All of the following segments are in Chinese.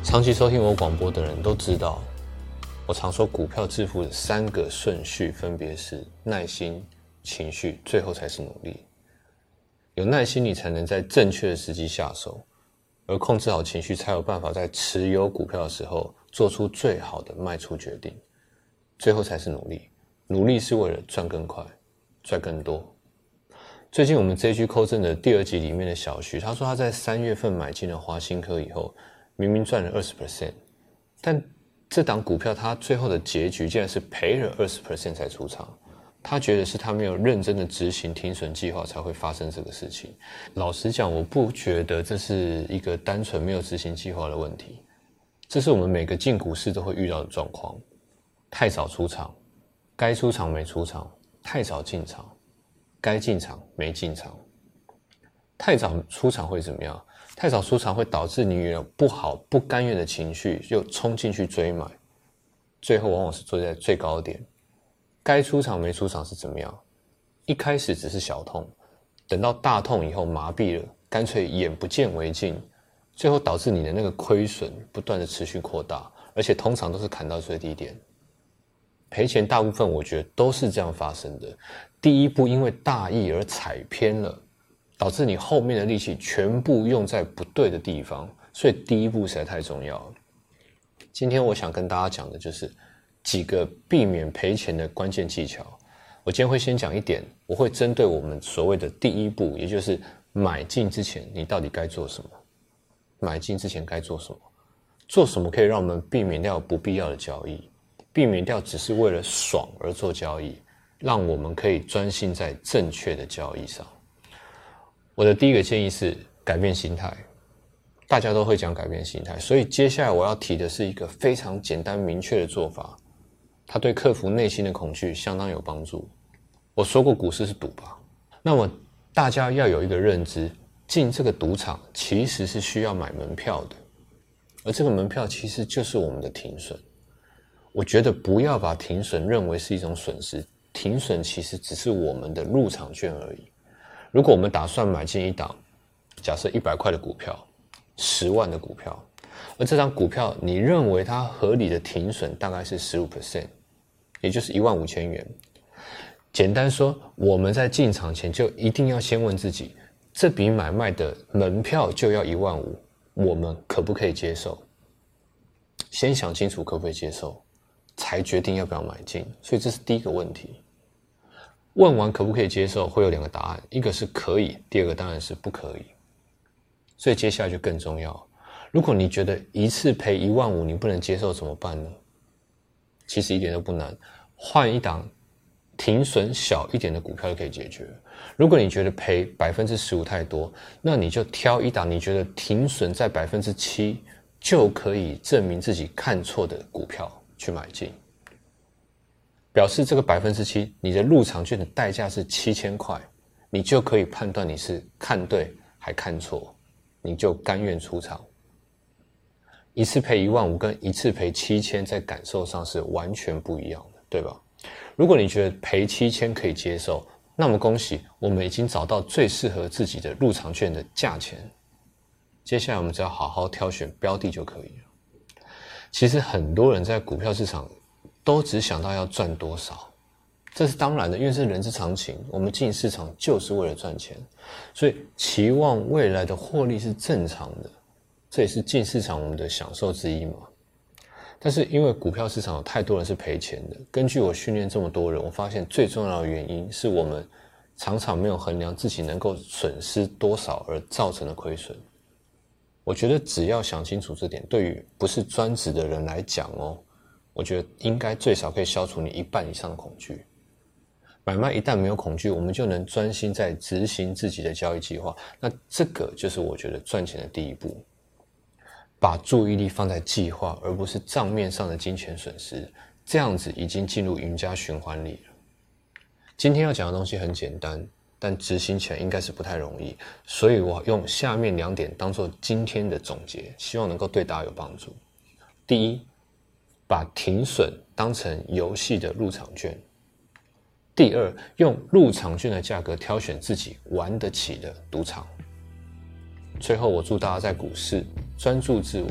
长期收听我广播的人都知道，我常说股票致富的3个顺序分别是耐心、情绪，最后才是努力。有耐心，你才能在正确的时机下手，而控制好情绪，才有办法在持有股票的时候做出最好的卖出决定。最后才是努力，努力是为了赚更快，赚更多。最近我们这一句扣证的第2集里面的小徐，他说他在3月份买进了华新科以后，明明赚了 20%， 但这档股票他最后的结局竟然是赔了 20% 才出场。他觉得是他没有认真的执行停损计划才会发生这个事情。老实讲，我不觉得这是一个单纯没有执行计划的问题，这是我们每个进股市都会遇到的状况。太早出场，该出场没出场；太早进场，该进场没进场。太早出场会怎么样？太早出场会导致你有不好不甘愿的情绪，又冲进去追买，最后往往是追在最高点。该出场没出场是怎么样？一开始只是小痛，等到大痛以后麻痹了，干脆眼不见为净，最后导致你的那个亏损不断的持续扩大，而且通常都是砍到最低点。赔钱大部分我觉得都是这样发生的。第一步因为大意而踩偏了，导致你后面的力气全部用在不对的地方，所以第一步实在太重要了。今天我想跟大家讲的就是几个避免赔钱的关键技巧。我今天会先讲一点，我会针对我们所谓的第一步，也就是买进之前你到底该做什么。买进之前该做什么？做什么可以让我们避免掉不必要的交易，避免掉只是为了爽而做交易，让我们可以专心在正确的交易上。我的第一个建议是改变心态。大家都会讲改变心态，所以接下来我要提的是一个非常简单明确的做法，它对克服内心的恐惧相当有帮助。我说过股市是赌吧，那么大家要有一个认知，进这个赌场其实是需要买门票的，而这个门票其实就是我们的停损。我觉得不要把停损认为是一种损失，停损其实只是我们的入场券而已。如果我们打算买进一档假设100块的股票，10万的股票，而这张股票你认为它合理的停损大概是 15%， 也就是15000元。简单说，我们在进场前就一定要先问自己，这笔买卖的门票就要15000，我们可不可以接受？先想清楚可不可以接受，才决定要不要买进。所以这是第一个问题。问完可不可以接受，会有2个答案，一个是可以，第2个当然是不可以。所以接下来就更重要，如果你觉得一次赔15000你不能接受怎么办呢？其实一点都不难，换一档停损小一点的股票就可以解决。如果你觉得赔 15% 太多，那你就挑一档你觉得停损在 7% 就可以证明自己看错的股票去买进，表示这个 7% 你的入场券的代价是7000块，你就可以判断你是看对还看错，你就甘愿出场。一次赔15000跟一次赔7000在感受上是完全不一样的，对吧？如果你觉得赔7000可以接受，那么恭喜，我们已经找到最适合自己的入场券的价钱。接下来我们只要好好挑选标的就可以了。其实很多人在股票市场都只想到要赚多少，这是当然的，因为是人之常情，我们进市场就是为了赚钱，所以期望未来的获利是正常的，这也是进市场我们的享受之一嘛。但是因为股票市场有太多人是赔钱的，根据我训练这么多人，我发现最重要的原因是我们常常没有衡量自己能够损失多少而造成的亏损。我觉得只要想清楚这点，对于不是专职的人来讲我觉得应该最少可以消除你1半以上的恐惧。买卖一旦没有恐惧，我们就能专心在执行自己的交易计划，那这个就是我觉得赚钱的第一步。把注意力放在计划，而不是账面上的金钱损失，这样子已经进入赢家循环里了。今天要讲的东西很简单，但执行起来应该是不太容易，所以我用下面2点当做今天的总结，希望能够对大家有帮助。第一，把停损当成游戏的入场券。第2，用入场券的价格挑选自己玩得起的赌场。最后，我祝大家在股市专注自我，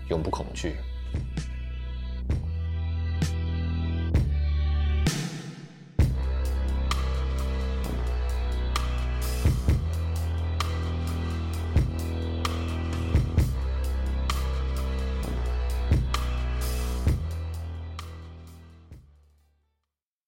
永不恐惧。